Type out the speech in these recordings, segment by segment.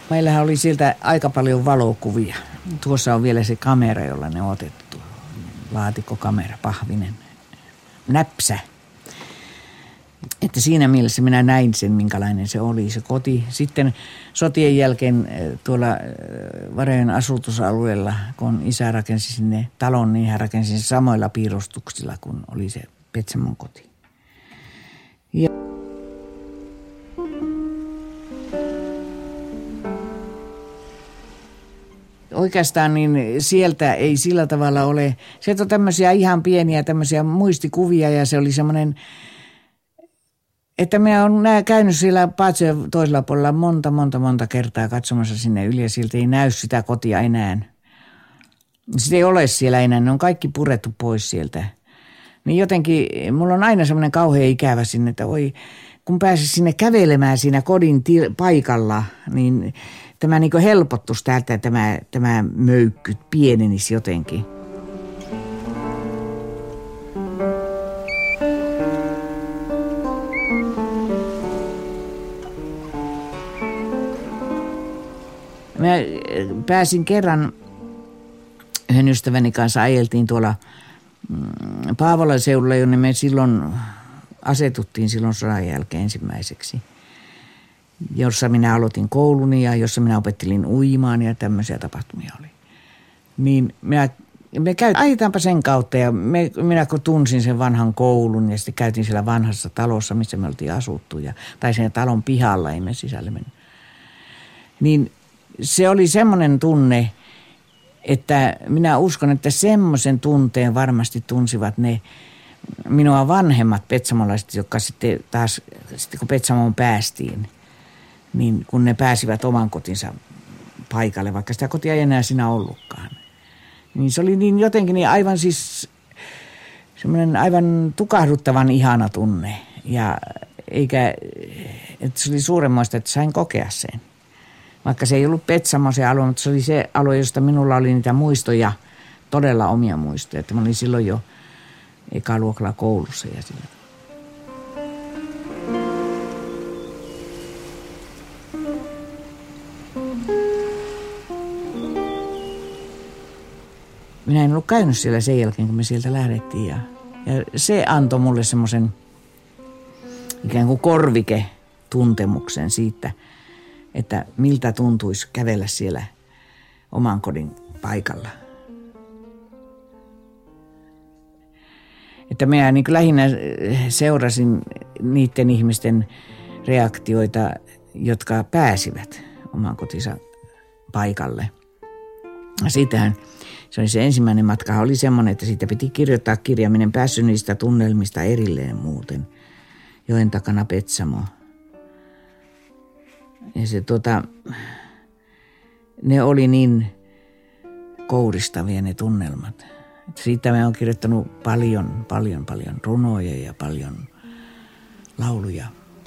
Meillähän oli sieltä aika paljon valokuvia. Tuossa on vielä se kamera, jolla ne on otettu. Laatikkokamera, pahvinen, näpsä. Että siinä mielessä minä näin sen, minkälainen se oli se koti. Sitten sotien jälkeen tuolla Varejen asutusalueella, kun isä rakensi sinne talon, niin hän rakensi sen samoilla piirustuksilla, kun oli se Petsamon koti. Ja oikeastaan niin sieltä ei sillä tavalla ole. Sieltä on tämmöisiä ihan pieniä tämmöisiä muistikuvia ja se oli semmoinen, että minä olen käynyt siellä Paatsojen toisella puolella monta kertaa katsomassa sinne yli ja siltä ei näy sitä kotia enää. Sitä ei ole siellä enää, ne on kaikki purettu pois sieltä. Niin jotenkin mulla on aina semmoinen kauhean ikävä sinne, että kun pääsis sinne kävelemään siinä kodin paikalla, niin tämä niin kuin helpottuisi täältä, tämä möykky pienenisi jotenkin. Mä pääsin kerran yhden ystäväni kanssa ajeltiin tuolla Paavolan seudulla, jonne me silloin asetuttiin silloin sodan jälkeen ensimmäiseksi, jossa minä aloitin kouluni ja jossa minä opettelin uimaan ja tämmöisiä tapahtumia oli. Niin me ajetaanpa sen kautta ja minä kun tunsin sen vanhan koulun ja sitten käytiin siellä vanhassa talossa, missä me oltiin asuttu tai sen talon pihalla, ei me sisälle mennyt. Niin se oli semmoinen tunne, että minä uskon, että semmoisen tunteen varmasti tunsivat ne minua vanhemmat petsamolaiset, jotka sitten taas, kun Petsamoon päästiin, niin kun ne pääsivät oman kotinsa paikalle, vaikka sitä kotia ei enää siinä ollutkaan. Niin se oli niin jotenkin niin aivan siis semmoinen aivan tukahduttavan ihana tunne. Ja eikä, että se oli suuremmoista, että sain kokea sen. Vaikka se ei ollut Petsamo se alue, mutta se oli se alue, josta minulla oli niitä muistoja, todella omia muistoja. Että mä olin silloin jo ekaluokalla koulussa ja sillä. Minä en ollut käynyt siellä sen jälkeen, kun me sieltä lähdettiin. Ja se antoi mulle semmoisen ikään kuin korvike-tuntemuksen siitä, että miltä tuntuisi kävellä siellä oman kodin paikalla. Että minä niin kuin lähinnä seurasin niiden ihmisten reaktioita, jotka pääsivät oman kotinsa paikalle. Siitähän se oli se ensimmäinen matka, oli semmoinen, että siitä piti kirjoittaa kirja. Minä en päässyt niistä tunnelmista erilleen muuten. Joen takana Petsamo. Ja se ne oli niin kouristavia ne tunnelmat. Että siitä mä oon kirjoittanut paljon runoja ja paljon lauluja.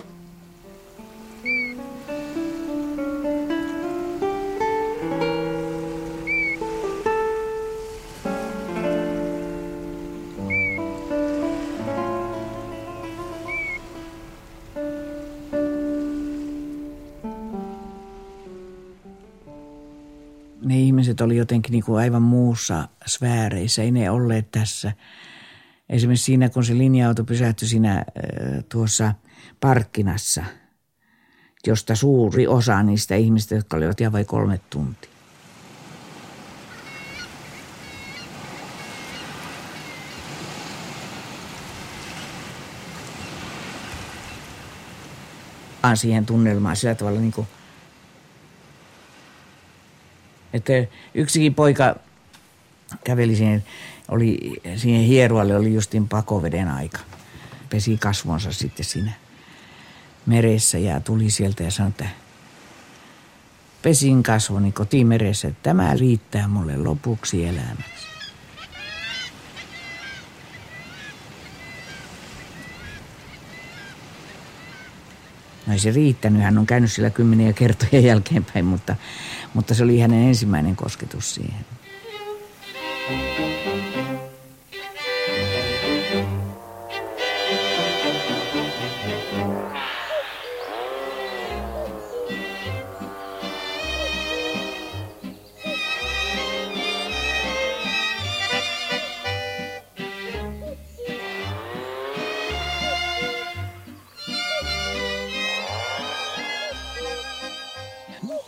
Ne ihmiset oli jotenkin niin kuin aivan muussa sfääreissä, ei ne olleet tässä. Esimerkiksi siinä, kun se linja-auto pysähtyi siinä tuossa parkkinassa, josta suuri osa niistä ihmistä, jotka olivat ihan vain 3 tuntia. Siihen tunnelmaan sillä tavalla niin kuin että yksikin poika käveli siihen hierualle, oli justiin pakoveden aika. Pesi kasvonsa sitten siinä meressä ja tuli sieltä ja sanoi, että pesin kasvoni kotimeressä, että tämä riittää mulle lopuksi elämäksi. No ei se riittänyt, hän on käynyt siellä 10 kertoja jälkeenpäin, mutta se oli hänen ensimmäinen kosketus siihen.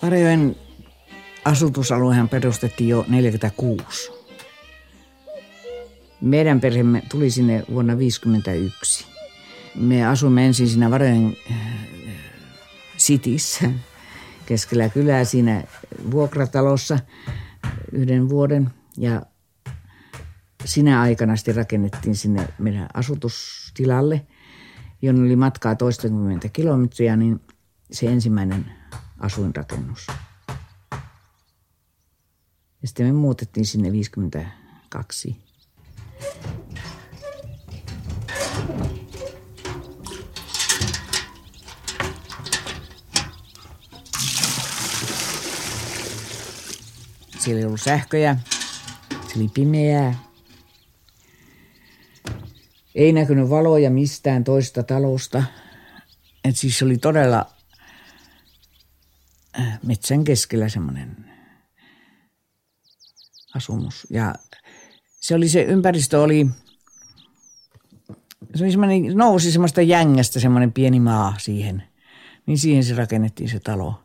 Varjoen asutusaluehan perustettiin jo 1946. Meidän perheemme tuli sinne vuonna 1951. Me asuimme ensin siinä Varjoen Cityssä keskellä kylää siinä vuokratalossa 1 vuoden ja sinä aikana sitten rakennettiin sinne meidän asutustilalle, jonne oli matkaa toistakymmentä kilometriä, niin se ensimmäinen asuinrakennus. Ja sitten me muutettiin sinne 52. Siellä ei ollut sähköjä, se oli pimeää. Ei näkynyt valoja mistään toista talosta. Et siis se oli todella metsän keskellä semmoinen asumus. Ja se ympäristö oli semmoinen, nousi semmoista jängästä semmoinen pieni maa siihen. Niin siihen se rakennettiin se talo.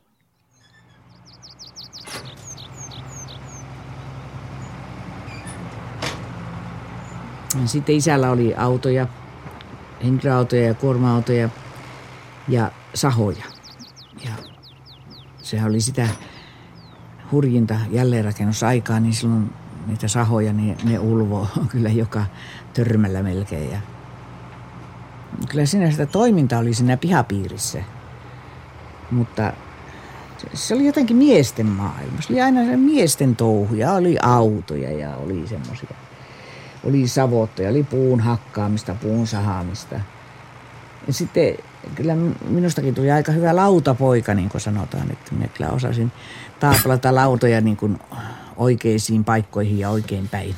Sitten isällä oli autoja, henkilöautoja ja kuorma-autoja ja sahoja. Ja sehän oli sitä hurjinta jälleenrakennusaikaa, niin silloin niitä sahoja, niin ne ulvoo kyllä joka törmällä melkein. Ja kyllä siinä sitä toimintaa oli siinä pihapiirissä, mutta se oli jotenkin miesten maailma. Se oli aina se miesten touhuja, oli autoja ja oli semmoisia. Oli savottoja, oli puun hakkaamista, puun sahaamista. Ja sitten kyllä minustakin tuli aika hyvä lautapoika, niin kuin sanotaan, että minä kyllä osasin taaplata lautoja niin kuin oikeisiin paikkoihin ja oikein päin.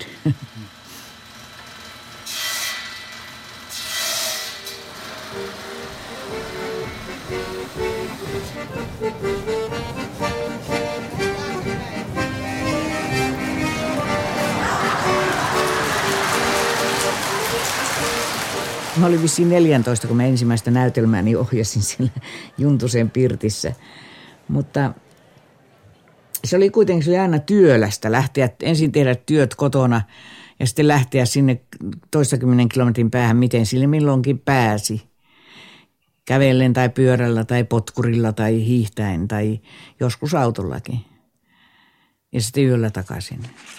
Mä olin vissiin 14, kun mä ensimmäistä näytelmääni ohjasin siellä Juntusen pirtissä. Mutta se oli kuitenkin aina työlästä lähteä ensin tehdä työt kotona ja sitten lähteä sinne toistakymmentä kilometrin päähän, miten sille milloinkin pääsi. Kävellen tai pyörällä tai potkurilla tai hiihtäen tai joskus autollakin. Ja sitten yöllä takaisin.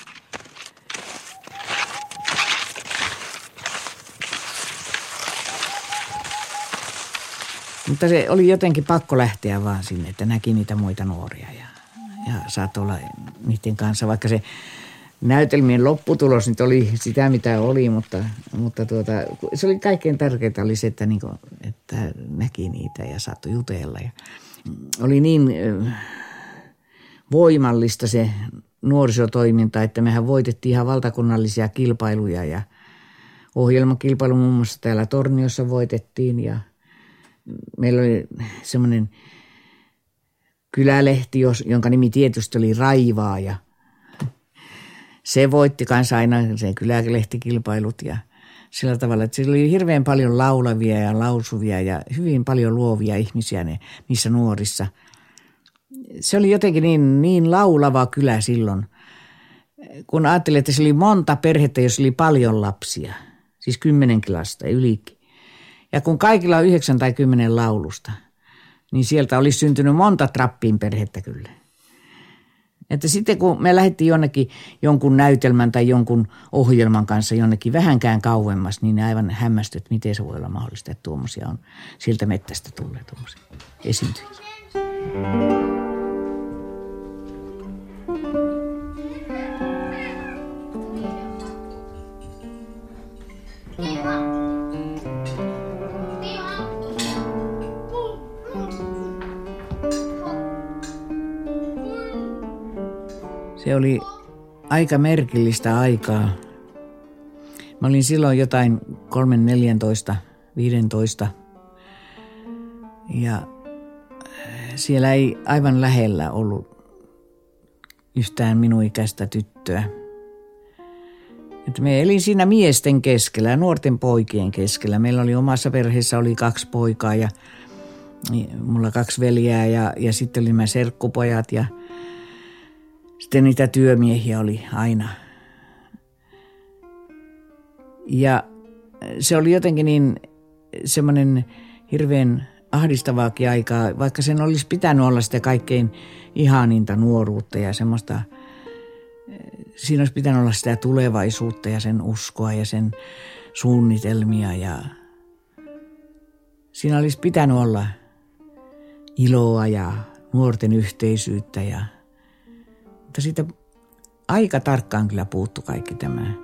Mutta se oli jotenkin pakko lähteä vaan sinne, että näki niitä muita nuoria ja saattoi olla niiden kanssa, vaikka se näytelmien lopputulos nyt oli sitä, mitä oli, mutta se oli kaikkein tärkeintä oli se, että näki niitä ja saattoi jutella. Ja oli niin voimallista se nuorisotoiminta, että mehän voitettiin ihan valtakunnallisia kilpailuja ja ohjelmakilpailu muun muassa täällä Torniossa voitettiin ja meillä oli semmoinen kylälehti, jonka nimi tietysti oli Raivaaja. Se voitti kanssa aina se kylälehtikilpailut ja sillä tavalla, että siellä oli hirveän paljon laulavia ja lausuvia ja hyvin paljon luovia ihmisiä niissä nuorissa. Se oli jotenkin niin laulava kylä silloin, kun ajattelin, että se oli monta perhettä, jos oli paljon lapsia, siis 10 lasta ylikin. Ja kun kaikilla on 9 tai 10 laulusta, niin sieltä olisi syntynyt monta Trappin perhettä kyllä. Että sitten kun me lähdettiin jonnekin jonkun näytelmän tai jonkun ohjelman kanssa jonnekin vähänkään kauemmas, niin ne aivan hämmästyi, että miten se voi olla mahdollista, että tuommoisia on sieltä mettästä tulleet tuommoisia esiintyjiä. Se oli aika merkillistä aikaa. Mä olin silloin jotain 3, 14, 15 ja siellä ei aivan lähellä ollut yhtään minun ikäistä tyttöä. Että me elin siinä miesten keskellä ja nuorten poikien keskellä. Meillä oli omassa perheessä oli 2 poikaa ja mulla 2 veljää ja sitten oli mä serkkupojat ja sitten niitä työmiehiä oli aina. Ja se oli jotenkin niin semmoinen hirveän ahdistavaakin aikaa, vaikka sen olisi pitänyt olla sitä kaikkein ihaninta nuoruutta ja semmoista, siinä olisi pitänyt olla sitä tulevaisuutta ja sen uskoa ja sen suunnitelmia ja siinä olisi pitänyt olla iloa ja nuorten yhteisyyttä mutta siitä aika tarkkaan kyllä puuttu kaikki tämä.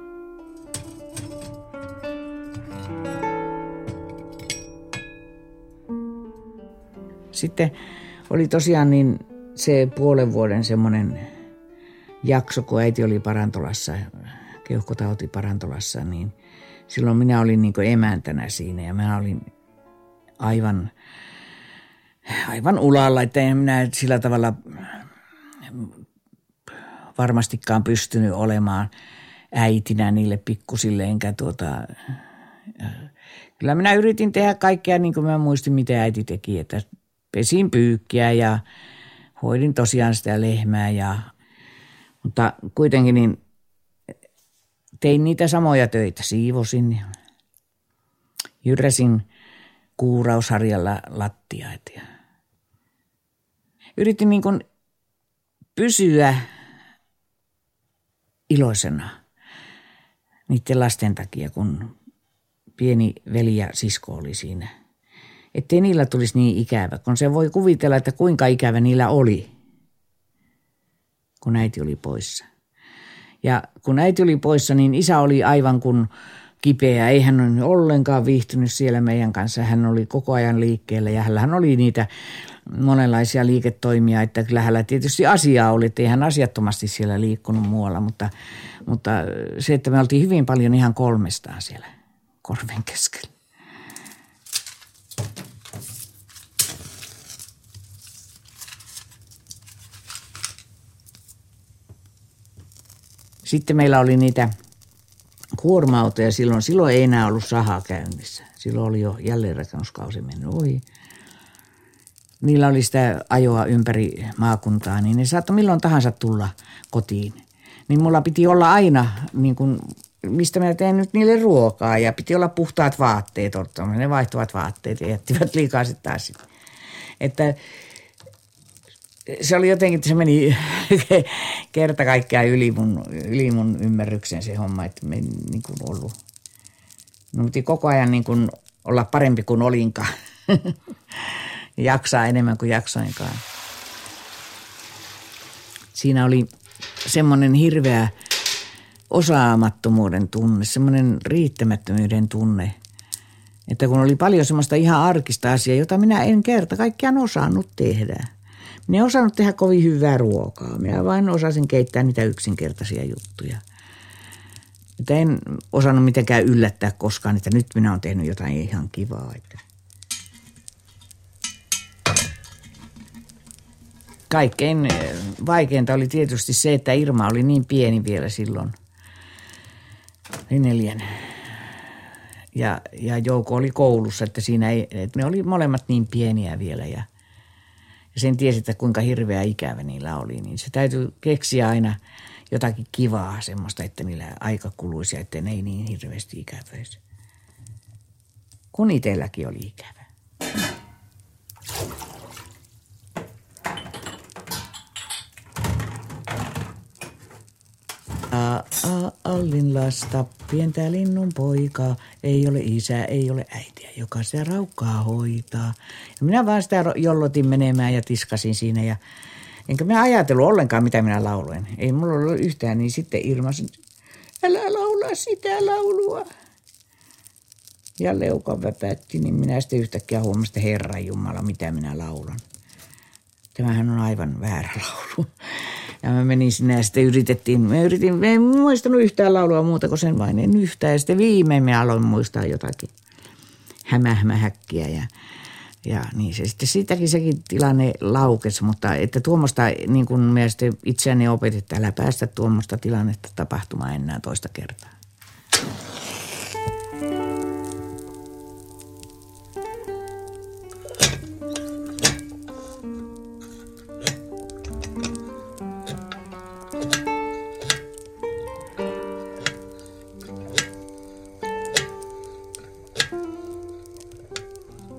Sitten oli tosiaan niin se 5 vuoden semmoinen jakso, kun äiti oli parantolassa, keuhkotauti parantolassa, niin silloin minä olin niin kuin emäntänä siinä ja mä olin aivan ulalla, että en minä sillä tavalla varmastikaan pystynyt olemaan äitinä niille pikkusille, enkä kyllä minä yritin tehdä kaikkea niin kuin mä muistin, mitä äiti teki, että pesin pyykkiä ja hoidin tosiaan sitä lehmää mutta kuitenkin niin tein niitä samoja töitä, siivosin ja jyräsin kuurausharjalla lattiaita ja yritin niin kuin pysyä iloisena niiden lasten takia, kun pieni veli ja sisko oli siinä. Ettei niillä tulisi niin ikävä, kun se voi kuvitella, että kuinka ikävä niillä oli, kun äiti oli poissa. Ja kun äiti oli poissa, niin isä oli aivan kuin kipeä. Ei hän ollenkaan viihtynyt siellä meidän kanssa. Hän oli koko ajan liikkeellä ja hänellä oli niitä monenlaisia liiketoimia, että kyllä hänellä tietysti asiaa oli, että ei hän asiattomasti siellä liikkunut muualla, mutta se, että me oltiin hyvin paljon ihan 3 siellä korven keskellä. Sitten meillä oli niitä kuorma-autoja silloin ei enää ollut sahaa käynnissä. Silloin oli jo jälleenrakennuskausi mennyt ohi. Niillä oli sitä ajoa ympäri maakuntaa, niin ne saattoi milloin tahansa tulla kotiin. Niin mulla piti olla aina, niin kuin, mistä mä teen nyt niille ruokaa ja piti olla puhtaat vaatteet, ne vaihtuvat vaatteet ja jättivät liikaa sitten taas. Että se oli jotenkin, että se meni kerta kaikkiaan yli mun ymmärryksen se homma, että me niin kuin ollut. No piti koko ajan niin kuin olla parempi kuin olinkaan. Jaksaa enemmän kuin jaksoinkaan. Siinä oli semmoinen hirveä osaamattomuuden tunne, semmoinen riittämättömyyden tunne, että kun oli paljon semmoista ihan arkista asiaa, jota minä en kerta kaikkiaan osannut tehdä. Minä en osannut tehdä kovin hyvää ruokaa. Minä vain osasin keittää niitä yksinkertaisia juttuja. Että en osannut mitenkään yllättää koskaan, että nyt minä olen tehnyt jotain ihan kivaa. Kaikkein vaikeinta oli tietysti se, että Irma oli niin pieni vielä silloin. 4. Ja Jouko oli koulussa, että että ne oli molemmat niin pieniä vielä ja sen tiesi, että kuinka hirveä ikävä niillä oli, niin se täytyy keksiä aina jotakin kivaa semmoista, että niillä aika kuluisi ja että ne ei niin hirveästi ikäväisi. Kun itselläkin oli ikävä. Allin lasta, pientä linnun poikaa, ei ole isä, ei ole äitiä, joka sitä raukkaa hoitaa. Ja minä vaan sitä jollotin menemään ja tiskasin siinä ja enkä minä ajatellut ollenkaan, mitä minä lauloin. Ei mulla ollut yhtään, niin sitten Irma sanoi, älä laulaa sitä laulua. Ja leuka väpätti, niin minä sitten yhtäkkiä huomasin, että Herran Jumala, mitä minä laulan. Tämähän on aivan väärä laulu. Ja mä menin sinne ja sitten me en muistanut yhtään laulua muuta kuin sen vain, en yhtään. Ja sitten viimein me aloin muistaa jotakin hämähäkkiä ja niin se sitten siitäkin sekin tilanne laukesi, mutta että tuommoista niin kuin me sitten itseäni opetin, että älä päästä tuommoista tilannetta tapahtumaan enää toista kertaa.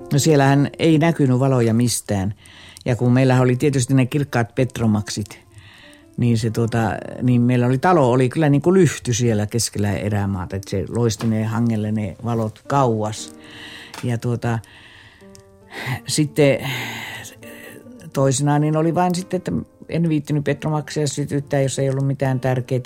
No siellähän ei näkynyt valoja mistään. Ja kun meillä oli tietysti ne kirkkaat petromaksit, niin, niin meillä talo oli kyllä niin kuin lyhty siellä keskellä erämaata, että se loisti ne hangelle ne valot kauas. Ja sitten toisinaan niin oli vain sitten, että en viittinyt petromaksia sytyttää, jos ei ollut mitään tärkeää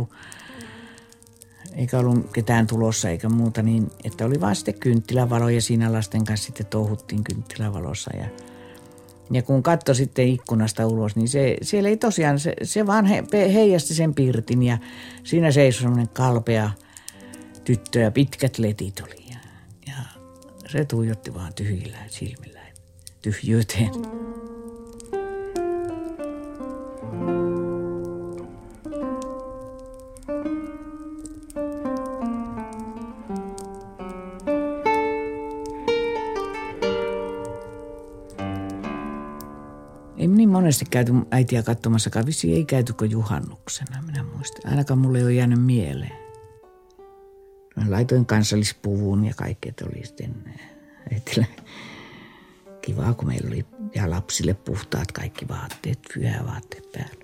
eikä ollut ketään tulossa eikä muuta, niin että oli vaan sitten kynttilävaloja siinä lasten kanssa sitten touhuttiin kynttilävalossa ja kun katsoi sitten ikkunasta ulos, niin siellä ei tosiaan, se vaan heijasti sen pirtin ja siinä seisoi semmoinen kalpea tyttö ja pitkät letit oli ja se tuijotti vaan tyhjillä silmillään tyhjyyteen. Ei niin monesti käyty äitiä katsomassakaan. Vissi ei käytykö juhannuksena, minä muistan. Ainakaan mulle ei ole jäänyt mieleen. Mä laitoin kansallispuvun ja kaikki, että oli sitten äitillä kivaa, kun meillä oli ja lapsille puhtaat kaikki vaatteet, pyhävaatteet päällä.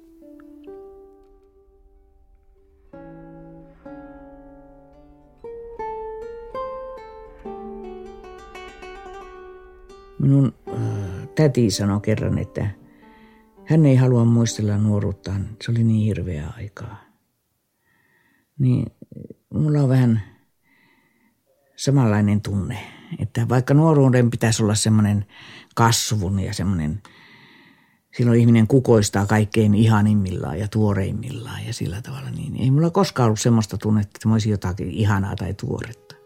Minun täti sanoi kerran, että hän ei halua muistella nuoruuttaan. Se oli niin hirveä aikaa. Niin mulla on vähän samanlainen tunne, että vaikka nuoruuden pitäisi olla semmoinen kasvun ja semmoinen, silloin ihminen kukoistaa kaikkein ihanimmillaan ja tuoreimmillaan ja sillä tavalla, niin ei mulla koskaan ollut semmoista tunnetta, että mä olisin jotakin ihanaa tai tuoretta.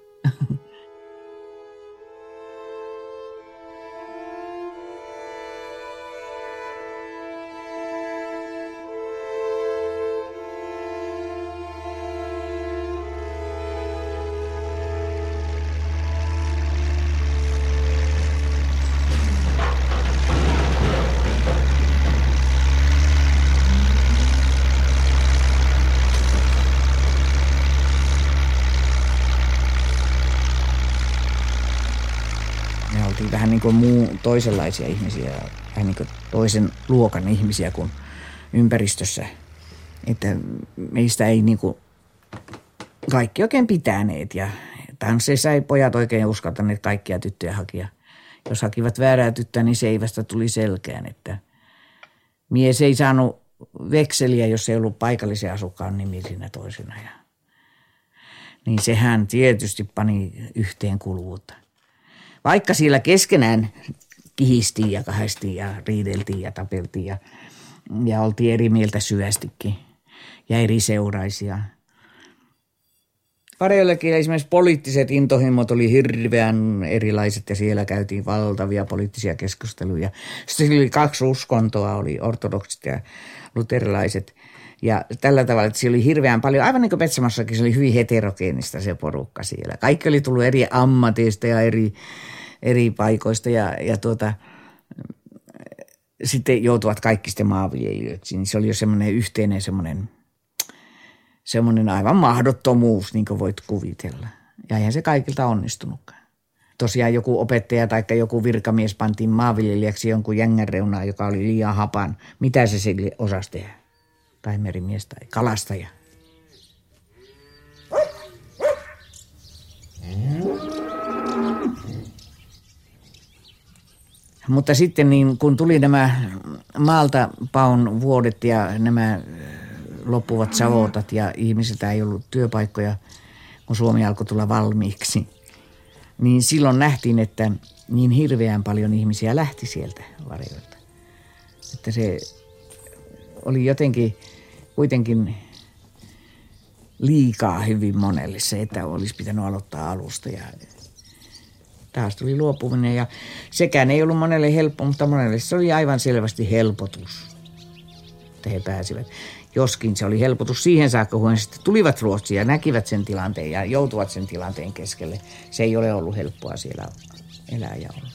Me oltiin vähän niin kuin toisenlaisia ihmisiä, vähän niin kuin toisen luokan ihmisiä kuin ympäristössä. Että meistä ei niin kuin kaikki oikein pitäneet ja tansseissa ei pojat oikein uskaltaneet kaikkia tyttöjä hakia. Jos hakivat väärää tyttöä, niin seivästä tuli selkään, että mies ei saanut vekseliä, jos ei ollut paikallisen asukkaan nimi siinä toisena. Niin sehän tietysti pani yhteenkuuluvuutta. Vaikka siellä keskenään kihistiin ja kahdestiin ja riideltiin ja tapeltiin ja oltiin eri mieltä syvästikin ja eri seuraisia. Varjollakin esimerkiksi poliittiset intohimot oli hirveän erilaiset ja siellä käytiin valtavia poliittisia keskusteluja. Sitten oli kaksi uskontoa, oli ortodoksit ja luterilaiset. Ja tällä tavalla, että siellä oli hirveän paljon, aivan niin kuin Petsamassakin, se oli hyvin heterogeenista se porukka siellä. Kaikki oli tullut eri ammateista ja eri paikoista ja sitten joutuvat kaikki sitten maanviljelijöiksi. Niin se oli jo semmoinen yhteinen semmoinen aivan mahdottomuus, niin kuin voit kuvitella. Ja eihän se kaikilta onnistunutkaan. Tosiaan joku opettaja tai joku virkamies pantiin maanviljelijäksi jonkun jängän reunaan, joka oli liian hapan. Mitä se sille osasi tehdä? Tai merimies tai kalastaja. Mutta sitten niin, kun tuli nämä maalta paon vuodet ja nämä loppuvat savotat ja ihmisiltä ei ollut työpaikkoja, kun Suomi alkoi tulla valmiiksi, niin silloin nähtiin, että niin hirveän paljon ihmisiä lähti sieltä Varjoilta. Että se oli jotenkin kuitenkin liikaa hyvin monelle se, että olisi pitänyt aloittaa alusta ja taas tuli luopuminen ja sekään ei ollut monelle helppo, mutta monelle se oli aivan selvästi helpotus, että he pääsivät. Joskin se oli helpotus siihen saakka, kun he sitten tulivat Ruotsiin ja näkivät sen tilanteen ja joutuvat sen tilanteen keskelle. Se ei ole ollut helppoa siellä elää ja olla.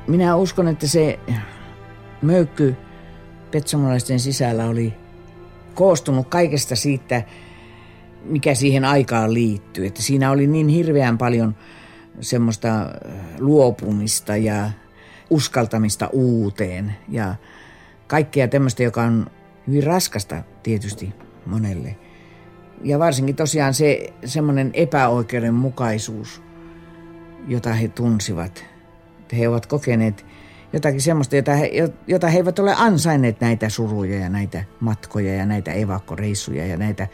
Minä uskon, että se möykky petsamolaisten sisällä oli koostunut kaikesta siitä, mikä siihen aikaan liittyy. Että siinä oli niin hirveän paljon semmoista luopumista ja uskaltamista uuteen ja kaikkea tämmöistä, joka on hyvin raskasta tietysti monelle. Ja varsinkin tosiaan se semmoinen epäoikeudenmukaisuus, jota he tunsivat. He ovat kokeneet jotakin semmoista, jota he eivät ole ansainneet, näitä suruja ja näitä matkoja ja näitä evakkoreissuja ja näitä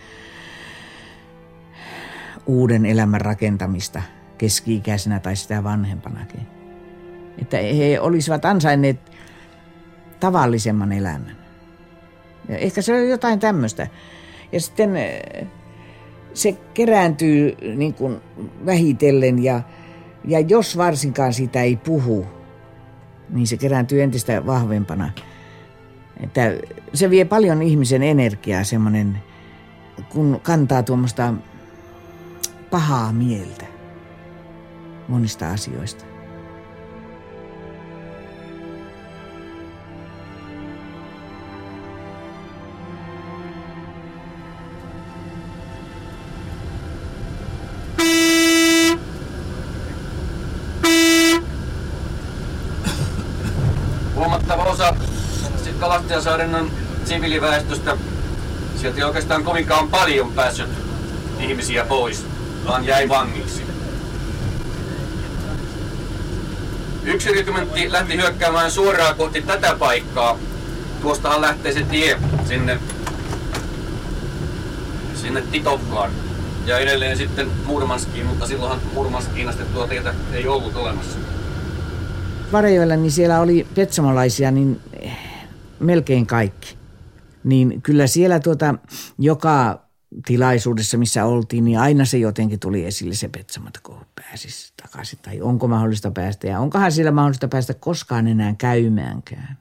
uuden elämän rakentamista keski-ikäisenä tai sitä vanhempanakin. Että he olisivat ansainneet tavallisemman elämän. Ja ehkä se on jotain tämmöistä. Ja sitten se kerääntyy niin kuin vähitellen ja jos varsinkaan sitä ei puhu, niin se kerääntyy entistä vahvempana. Että se vie paljon ihmisen energiaa semmoinen, kun kantaa tuommoista pahaa mieltä monista asioista. Huomattava osa Kalastajasaaren siviiliväestöstä, sieltä ei oikeastaan kovinkaan paljon päässyt ihmisiä pois, vaan jäi vangiksi. Yksi rykmentti lähti hyökkäämään suoraan kohti tätä paikkaa. Tuostahan lähtee se tie sinne Titovkaan ja edelleen sitten Murmanskiin, mutta silloinhan Murmanskiin asti tuo tietä ei ollut olemassa. Varajoella niin siellä oli petsamolaisia niin melkein kaikki. Niin kyllä siellä joka tilaisuudessa, missä oltiin, niin aina se jotenkin tuli esille se Petsamo, kun pääsisi takaisin. Tai onko mahdollista päästä ja onkohan siellä mahdollista päästä koskaan enää käymäänkään.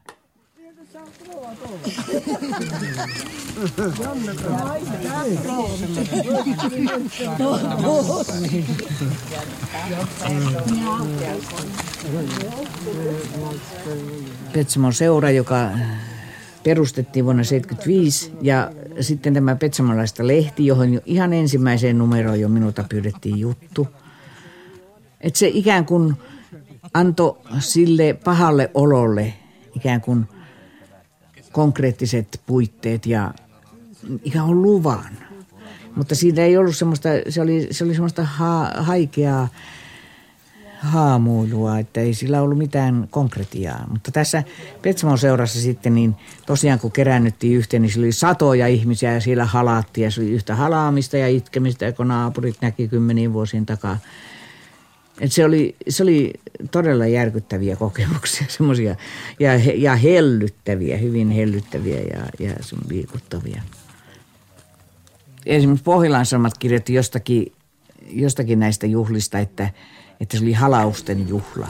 Petsamon seura, joka perustettiin vuonna 1975 ja sitten tämä petsamolaista lehti, johon ihan ensimmäiseen numeroon jo minulta pyydettiin juttu. Että se ikään kuin antoi sille pahalle ololle ikään kuin konkreettiset puitteet ja ikään kuin luvan. Mutta siitä ei ollut semmoista, se oli semmoista haikeaa haamuilua, että ei sillä ollut mitään konkretiaa. Mutta tässä Petsamon seurassa sitten niin tosiaan kun keräännyttiin yhteen, niin se oli satoja ihmisiä ja siellä halattiin ja se oli yhtä halaamista ja itkemistä, kun naapurit näki 10 vuosien takaa. Et se oli todella järkyttäviä kokemuksia, semmoisia ja hellyttäviä, hyvin hellyttäviä ja liikuttavia. Esimerkiksi Pohjolan Sanomat kirjoitti jostakin näistä juhlista, että se oli halausten juhla.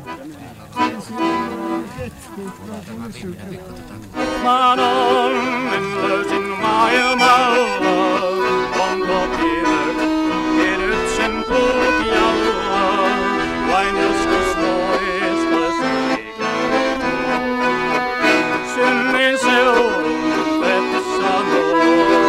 Maan onnen löysin maailmalla, on kotinyt sen kulkijalla, vain joskus muistas ikään. Synnin seurat sanoo.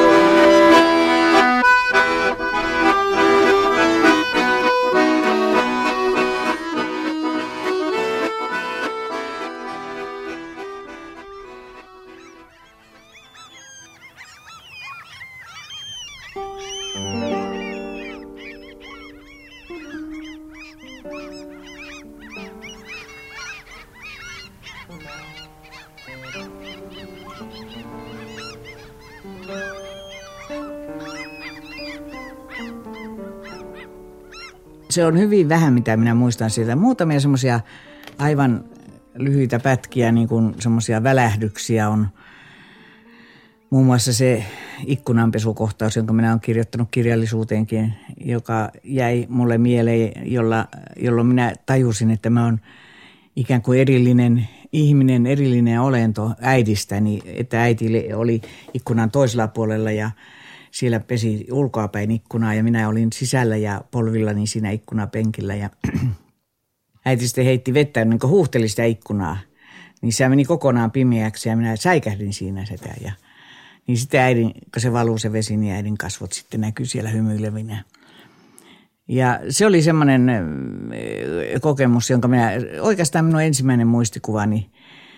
Se on hyvin vähän, mitä minä muistan siitä. Muutamia semmoisia aivan lyhyitä pätkiä, niin kuin semmoisia välähdyksiä on. Muun muassa se ikkunanpesukohtaus, jonka minä olen kirjoittanut kirjallisuuteenkin, joka jäi mulle mieleen, jolloin minä tajusin, että mä oon ikään kuin erillinen ihminen, erillinen olento äidistäni, että äiti oli ikkunan toisella puolella ja siellä pesi ulkoapäin ikkunaa ja minä olin sisällä ja polvillani siinä ikkunapenkillä. Ja äiti sitten heitti vettä, niin kuin huuhteli sitä ikkunaa. Niin se meni kokonaan pimeäksi ja minä säikähdin siinä sitä. Ja niin sitten äidin, kun se valuu se vesi, niin äidin kasvot sitten näkyy siellä hymyilevinä. Ja se oli semmoinen kokemus, jonka oikeastaan minun ensimmäinen muistikuvani.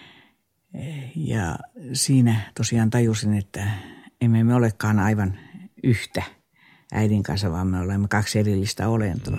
Ja siinä tosiaan tajusin, että emme me olekaan aivan yhtä äidin kanssa, vaan me olemme kaksi erillistä olentoa.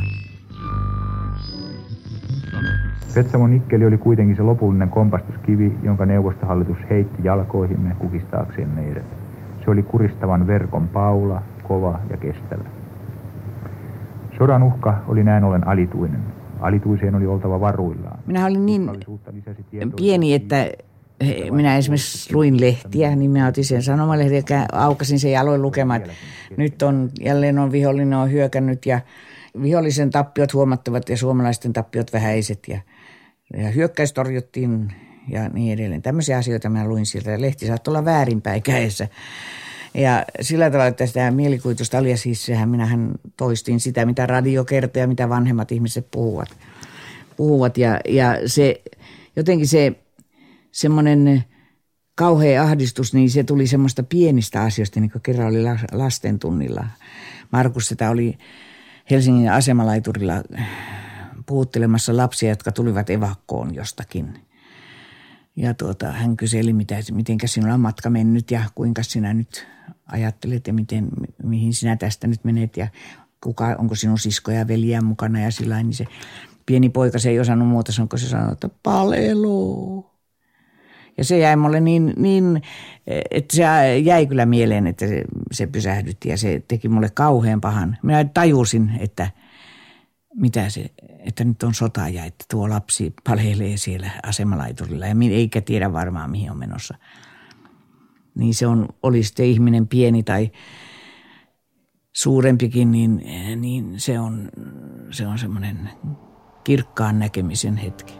Petsamo Nikkeli oli kuitenkin se lopullinen kompastuskivi, jonka neuvostohallitus heitti jalkoihimme kukistaakseen meidät. Se oli kuristavan verkon paula, kova ja kestävä. Sodan uhka oli näin ollen alituinen. Alituiseen oli oltava varuillaan. Minä olin niin pieni, että minä esimerkiksi luin lehtiä, niin minä otin sen sanomalehden ja aukasin sen ja aloin lukemaan, että nyt jälleen vihollinen on hyökännyt ja vihollisen tappiot huomattavat ja suomalaisten tappiot vähäiset ja hyökkäys torjuttiin ja niin edelleen. Tämmöisiä asioita minä luin sieltä ja lehti saattoi olla väärinpäin kädessä. Ja sillä tavalla, että sitä mielikuvitusta oli ja siis minähän toistin sitä, mitä radio kertoo ja mitä vanhemmat ihmiset puhuvat ja se jotenkin semmoinen kauhea ahdistus, niin se tuli semmoista pienistä asioista, niin kuin kerran oli lasten tunnilla. Markus sitä oli Helsingin asemalaiturilla puhuttelemassa lapsia, jotka tulivat evakkoon jostakin. Ja hän kyseli, mitenkä sinulla on matka mennyt ja kuinka sinä nyt ajattelet ja mihin sinä tästä nyt menet ja onko sinun siskoja ja veljiä mukana ja sillä niin se pieni poika, se ei osannut muuta, onko se sanoi, että palelo. Ja se jäi mulle niin, että se jäi kyllä mieleen, että se pysähdytti ja se teki mulle kauhean pahan. Minä tajusin, että että nyt on sota ja että tuo lapsi palhelee siellä asemalaiturilla ja eikä tiedä varmaan mihin on menossa. Niin oli sitten ihminen pieni tai suurempikin, niin se on semmoinen kirkkaan näkemisen hetki.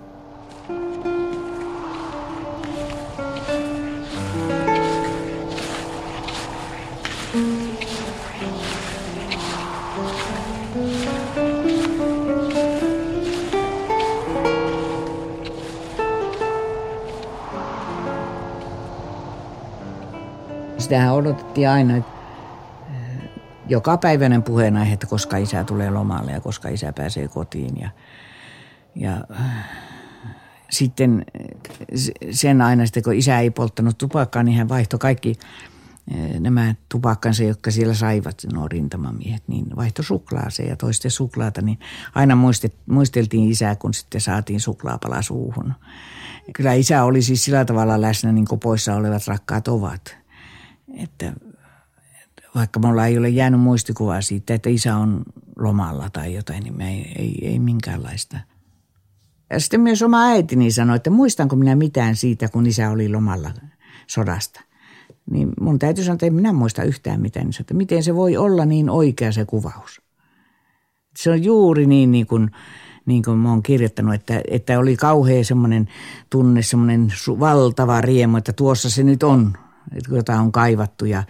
Sitähän odotettiin aina, että jokapäiväinen puheenaihe, että koska isä tulee lomalle ja koska isä pääsee kotiin. Ja sitten sen aina, sitten kun isä ei polttanut tupakkaa, niin hän vaihtoi kaikki nämä tupakkansa, jotka siellä saivat, nuo rintamamiehet, niin vaihtoi suklaaseen ja toisten suklaata. Niin aina muisteltiin isää, kun sitten saatiin suklaapala suuhun. Kyllä isä oli siis sillä tavalla läsnä, niin kuin poissa olevat rakkaat ovat. Että vaikka minulla ei ole jäänyt muistikuvaa siitä, että isä on lomalla tai jotain, niin ei minkäänlaista. Ja sitten myös oma äitini sanoi, että muistanko minä mitään siitä, kun isä oli lomalla sodasta. Niin mun täytyy sanoa, että en minä muista yhtään mitään. Niin että miten se voi olla niin oikea se kuvaus. Se on juuri niin kuin mä oon kirjoittanut, että oli kauhea semmoinen tunne, semmoinen valtava riemu, että tuossa se nyt on, jota on kaivattu ja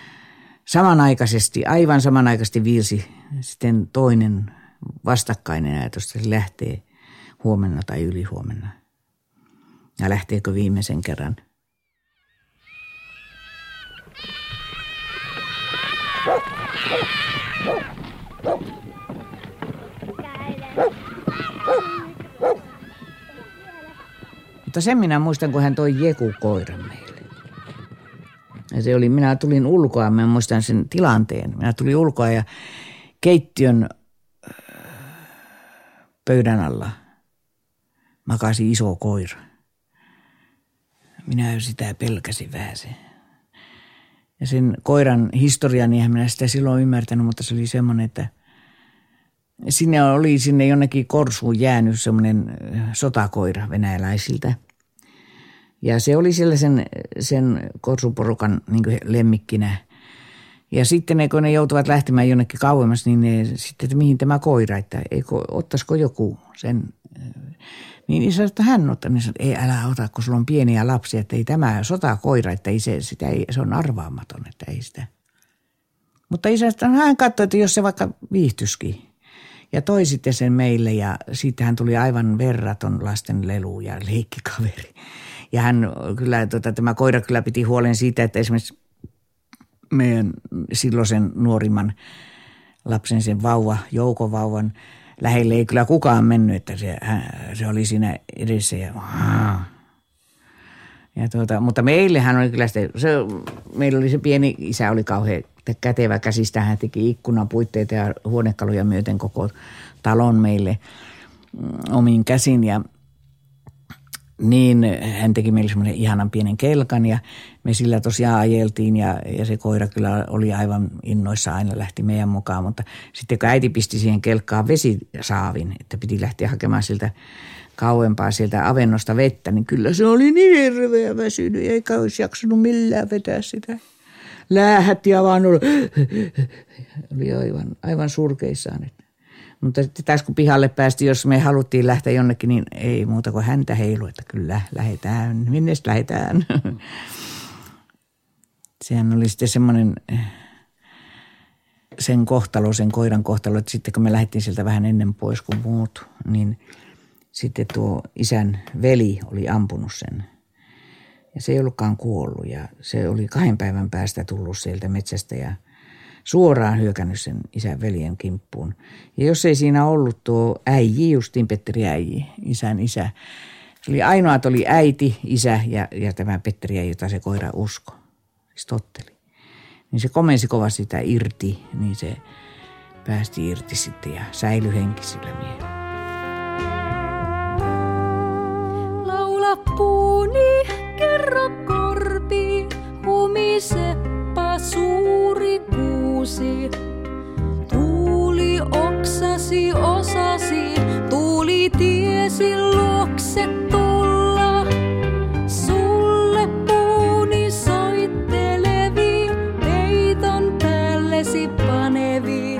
aivan samanaikaisesti viilsi sitten toinen vastakkainen ajatus, että se lähtee huomenna tai ylihuomenna. Ja lähteekö viimeisen kerran? Mutta sen minä muistan, kun hän toi Jeku-koiran meille. Ja minä tulin ulkoa, mä muistan sen tilanteen. Minä tulin ulkoa ja keittiön pöydän alla makasi iso koira. Minä sitä pelkäsin vähän sen. Ja sen koiran historian, niin minä sitä silloin ymmärtänyt, mutta se oli semmoinen, että sinne jonnekin korsuun jäänyt semmoinen sotakoira venäläisiltä. Ja se oli siellä sen korsuporukan niin kuin lemmikkinä. Ja sitten kun ne joutuvat lähtemään jonnekin kauemmas, niin sitten, että mihin tämä koira, että ottaisiko joku sen. Niin isä, että hän ottaa, niin sanoi, että ei älä ota, kun sulla on pieniä lapsia, että ei tämä sotakoira, että se on arvaamaton, että ei sitä. Mutta isä, että hän katsoi, että jos se vaikka viihtyisikin. Ja toi sitten sen meille ja siitähän tuli aivan verraton lasten lelu ja leikkikaveri. Ja hän kyllä, tämä koira kyllä piti huolen siitä, että esimerkiksi meidän silloisen nuorimman lapsen, sen joukovauvan lähelle ei kyllä kukaan mennyt, että se oli siinä edessä ja mutta meillähän oli kyllä meillä oli se pieni isä, oli kauhean kätevä käsistä. Hän teki ikkunan puitteita ja huonekaluja myöten koko talon meille omin käsin. Ja niin hän teki meille semmoinen ihanan pienen kelkan ja me sillä tosiaan ajeltiin ja se koira kyllä oli aivan innoissa, aina lähti meidän mukaan. Mutta sitten kun äiti pisti siihen kelkkaan vesisaavin, että piti lähteä hakemaan siltä kauempaa sieltä avennosta vettä, niin kyllä se oli niin hirveä väsynyt, eikä olisi jaksanut millään vetää sitä. Läähätti ja vaan oli aivan surkeissaan. Mutta sitten taas kun pihalle päästi, jos me haluttiin lähteä jonnekin, niin ei muuta kuin häntä heilu, että kyllä lähdetään, minne lähdetään. Sehän oli sitten semmoinen sen koiran kohtalo, että sitten kun me lähdettiin sieltä vähän ennen pois kuin muut, niin sitten tuo isän veli oli ampunut sen. Ja se ei ollutkaan kuollut ja se oli 2 päivän päästä tullut sieltä metsästä ja suoraan hyökännyt sen isän veljen kimppuun. Ja jos ei siinä ollut tuo äiji, justiin Petteri äiji, isän isä. Se oli ainoa, että oli äiti, isä ja tämä Petteri äiji, jota se koira usko, siis totteli. Niin se komensi kovasti sitä irti, niin se päästi irti sitten ja säilyi henkisillä miehillä. Puuni kerro korpi, humiseppa suuri kuusi. Tuuli oksasi osasi, tuuli tiesi luokse tulla. Sulle puuni soittelevi, peiton päällesi panevi.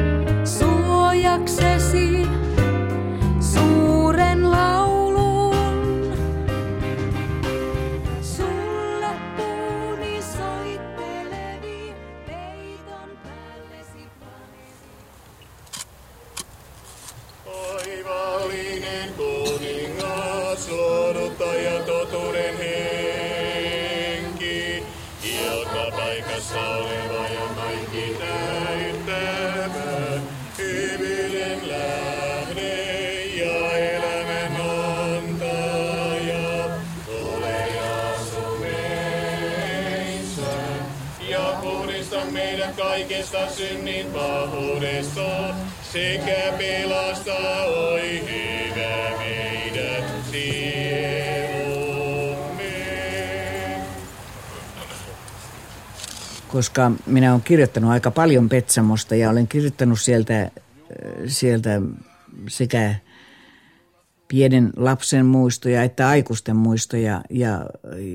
Suojaksesi suuren laulun. Kaikesta synnin pahuudesta sekä pelasta, oi hyvä meidät sielumme. Koska minä olen kirjoittanut aika paljon Petsamosta ja olen kirjoittanut sieltä sekä pienen lapsen muistoja että aikuisten muistoja ja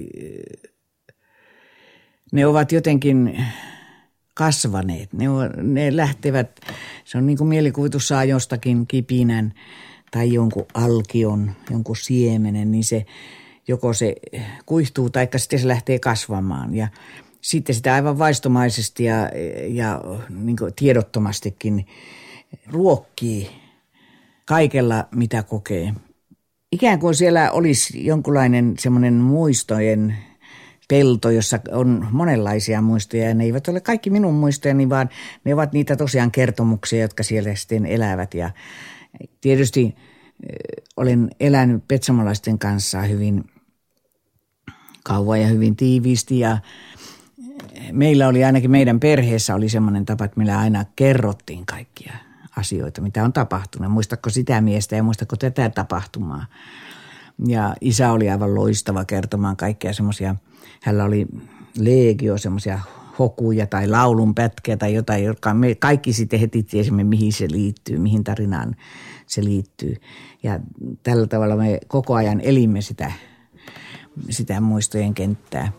ne ovat jotenkin kasvaneet. Ne lähtevät, se on niin kuin mielikuvitus saa jostakin kipinän tai jonkun alkion, jonkun siemenen, niin se joko se kuihtuu tai sitten se lähtee kasvamaan. Ja sitten sitä aivan vaistomaisesti ja niin kuin tiedottomastikin ruokkii kaikella, mitä kokee. Ikään kuin siellä olisi jonkunlainen semmoinen muistojen pelto, jossa on monenlaisia muistoja ja ne eivät ole kaikki minun muistojani, vaan ne ovat niitä tosiaan kertomuksia, jotka siellä sitten elävät. Ja tietysti olen elänyt petsamolaisten kanssa hyvin kauan ja hyvin tiiviisti ja meillä oli ainakin meidän perheessä oli semmoinen tapa, että meillä aina kerrottiin kaikkia asioita, mitä on tapahtunut. Muistatko sitä miestä ja muistatko tätä tapahtumaa? Ja isä oli aivan loistava kertomaan kaikkea semmoisia, hänellä oli legio semmoisia hokuja tai laulunpätkiä tai jotain, jotka me kaikki sitten heti tiesimme, mihin se liittyy, mihin tarinaan se liittyy. Ja tällä tavalla me koko ajan elimme sitä muistojen kenttää.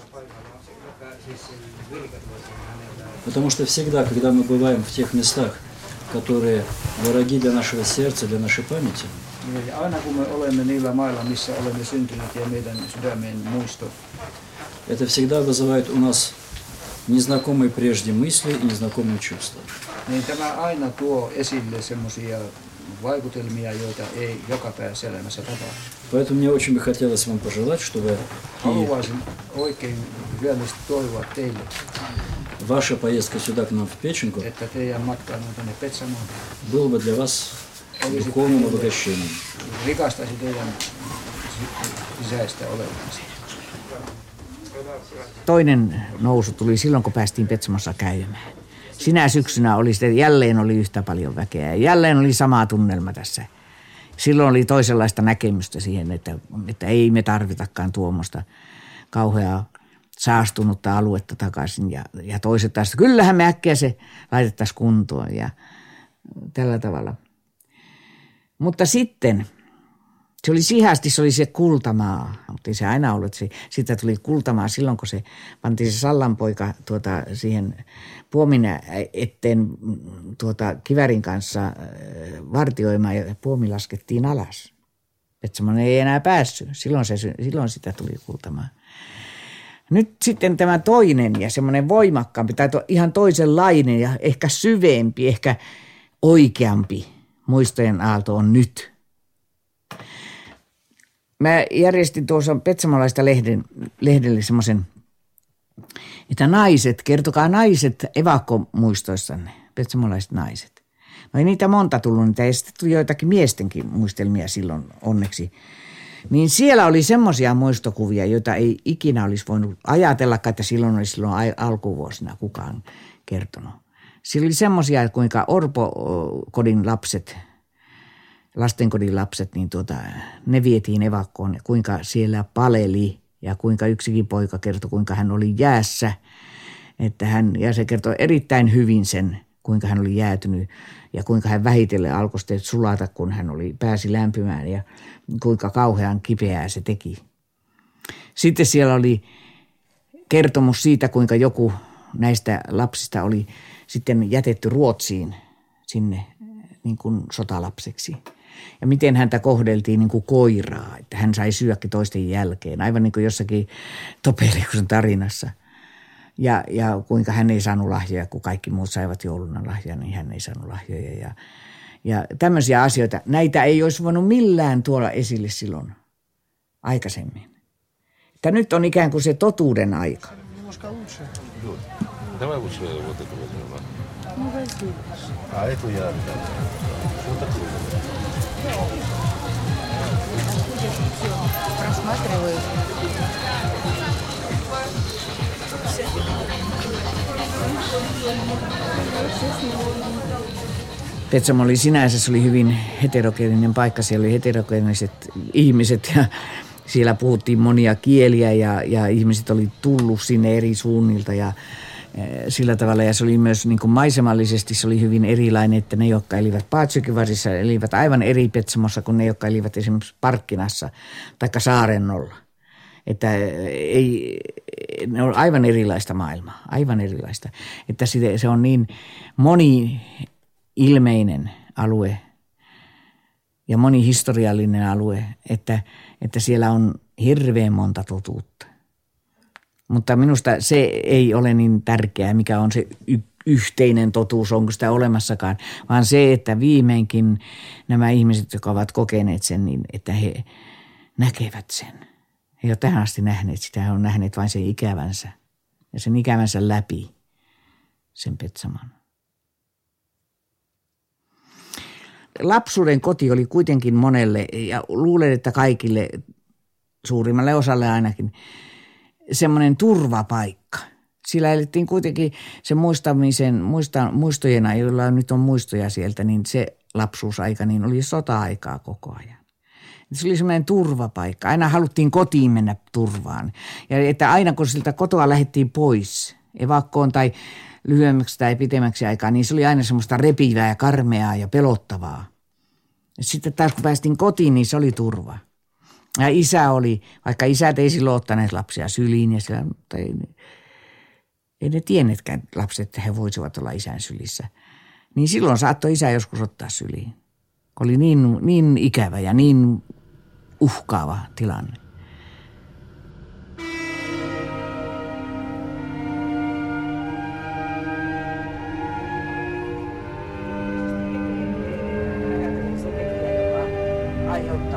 Потому что всегда, когда мы бываем в тех местах, которые дороги для нашего сердца, для нашей памяти, ja aina kun me olemme niillä mailla, missä olemme syntyneet ja meidän sydämen muisto, это всегда вызывает у нас незнакомые прежде мысли и незнакомые чувства. Niin tämä aina tuo esille semmoisia vaikutelmia, joita ei jokapäiväisessä elämässä tapahdu. Поэтому мне очень бы хотелось вам пожелать, чтобы Haluaisin oikein hyödyllisesti toivoa teille, ваша поездка сюда к нам в Печенку että teidän matkailun tänne Petsamoon было бы для вас духовным обогащением. rikastaisi teidän sisäistä olevansa. Toinen nousu tuli silloin, kun päästiin Petsamossa käymään. Sinä syksynä oli sitten, jälleen oli yhtä paljon väkeä ja jälleen oli sama tunnelma tässä. Silloin oli toisenlaista näkemystä siihen, että ei me tarvitakaan tuommoista kauheaa saastunutta aluetta takaisin. Ja toiset taas, kyllähän me äkkiä se laitettaisiin kuntoon ja tällä tavalla. Mutta sitten, se oli sihasti, se oli se kultamaa, mutta ei se aina ollut. Siitä tuli kultamaa silloin, kun se pantiin se Sallanpoika siihen puomin eteen kivärin kanssa vartioimaan ja puomi laskettiin alas. Petsamon ei enää päässyt. Silloin sitä tuli kultamaa. Nyt sitten tämä toinen ja semmoinen voimakkaampi tai ihan toisenlainen ja ehkä syvempi, ehkä oikeampi muistojen aalto on nyt. Mä järjestin tuossa petsamolaista lehdelle semmoisen, että naiset, kertokaa naiset evakkomuistoissanne, petsamolaiset naiset. No ei niitä monta tullut, niitä ei sitten tuli joitakin miestenkin muistelmia silloin onneksi. Niin siellä oli semmoisia muistokuvia, joita ei ikinä olisi voinut ajatellakaan, että silloin alkuvuosina kukaan kertonut. Siellä oli semmoisia, kuinka orpokodin lapset, lastenkodin lapset, niin ne vietiin evakkoon, kuinka siellä paleli ja kuinka yksikin poika kertoi, kuinka hän oli jäässä. Ja se kertoi erittäin hyvin sen, kuinka hän oli jäätynyt ja kuinka hän vähitellen alkoi sitten sulata, kun hän pääsi lämpimään ja kuinka kauhean kipeää se teki. Sitten siellä oli kertomus siitä, kuinka joku näistä lapsista oli sitten jätetty Ruotsiin sinne niin kuin sotalapseksi. Ja miten häntä kohdeltiin niin kuin koiraa, että hän sai syödäkin toisten jälkeen, aivan niin kuin jossakin Topeliuksen tarinassa. Ja kuinka hän ei saanut lahjoja, kun kaikki muut saivat jouluna lahjoja, niin hän ei saanut lahjoja. Ja tämmöisiä asioita, näitä ei olisi voinut millään tuolla esille silloin aikaisemmin. Että nyt on ikään kuin se totuuden aika. Petsamo oli sinänsä, se oli hyvin heterogeeninen paikka, siellä oli heterogeeniset ihmiset ja siellä puhuttiin monia kieliä ja ihmiset oli tullut sinne eri suunnilta ja sillä tavalla. Ja se oli myös niin kuin maisemallisesti se oli hyvin erilainen, että ne, jotka elivät Paatsjokivarissa, elivät aivan eri Petsamossa kuin ne, jotka elivät esimerkiksi Parkkinassa tai Saarennolla. Että ne on aivan erilaista maailmaa, aivan erilaista. Että se on niin moni-ilmeinen alue ja monihistoriallinen alue, että siellä on hirveän monta totuutta. Mutta minusta se ei ole niin tärkeää, mikä on se yhteinen totuus, onko sitä olemassakaan, vaan se, että viimeinkin nämä ihmiset, jotka ovat kokeneet sen, niin että he näkevät sen. He ei ole tähän asti nähneet sitä, he on nähneet vain sen ikävänsä ja sen ikävänsä läpi sen Petsamon. Lapsuuden koti oli kuitenkin monelle ja luulen, että kaikille, suurimmalle osalle ainakin, semmoinen turvapaikka. Sillä elettiin kuitenkin se muistojena, joilla nyt on muistoja sieltä, niin se lapsuusaika niin oli sota-aikaa koko ajan. Se oli semmoinen turvapaikka. Aina haluttiin kotiin mennä turvaan. Ja että aina kun siltä kotoa lähdettiin pois evakkoon tai lyhyemmäksi tai pitemmäksi aikaa, niin se oli aina semmoista repivää ja karmeaa ja pelottavaa. Ja sitten taas kun päästiin kotiin, niin se oli turva. Ja isä oli, vaikka isät ei silloin ottaneet lapsia syliin, ja siellä, mutta ei ne tienneetkään lapset, että he voisivat olla isän sylissä. Niin silloin saattoi isä joskus ottaa syliin. Oli niin ikävä ja niin uhkaava tilanne.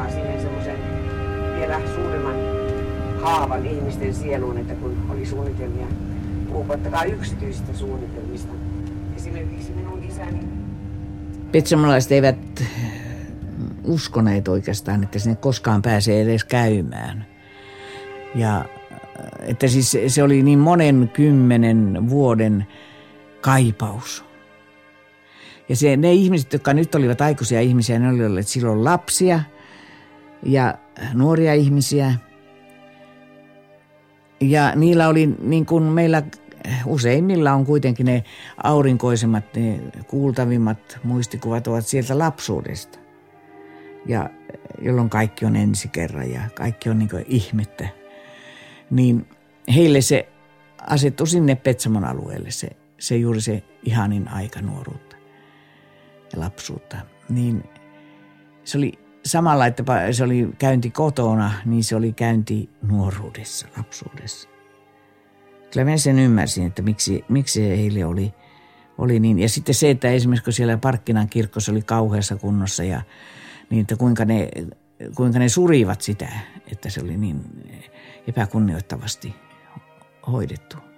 antaa siihen semmoisen vielä suuremman haavan ihmisten sieluun, että kun oli suunnitelmia, puhumattakaan yksityisistä suunnitelmista. Esimerkiksi minun isäni. Petsamolaiset eivät uskoneet oikeastaan, että sinne koskaan pääsee edes käymään. Ja että siis se oli niin monen 10 vuoden kaipaus. Ja ne ihmiset, jotka nyt olivat aikuisia ihmisiä, ne olivat silloin lapsia ja nuoria ihmisiä. Ja niillä oli niin kuin meillä useimmilla on kuitenkin ne aurinkoisemmat, ne kuultavimmat muistikuvat ovat sieltä lapsuudesta. Ja jolloin kaikki on ensi kerran ja kaikki on niin kuin ihmettä. Niin heille se asettui sinne Petsamon alueelle, se juuri se ihanin aika nuoruutta ja lapsuutta. Niin se oli samalla, että se oli käynti kotona, niin se oli käynti nuoruudessa, lapsuudessa. Kyllä minä sen ymmärsin, että miksi heille oli niin. Ja sitten se, että esimerkiksi kun siellä Parkkinan kirkkossa oli kauheassa kunnossa ja niin, että kuinka ne surivat sitä, että se oli niin epäkunnioittavasti hoidettu.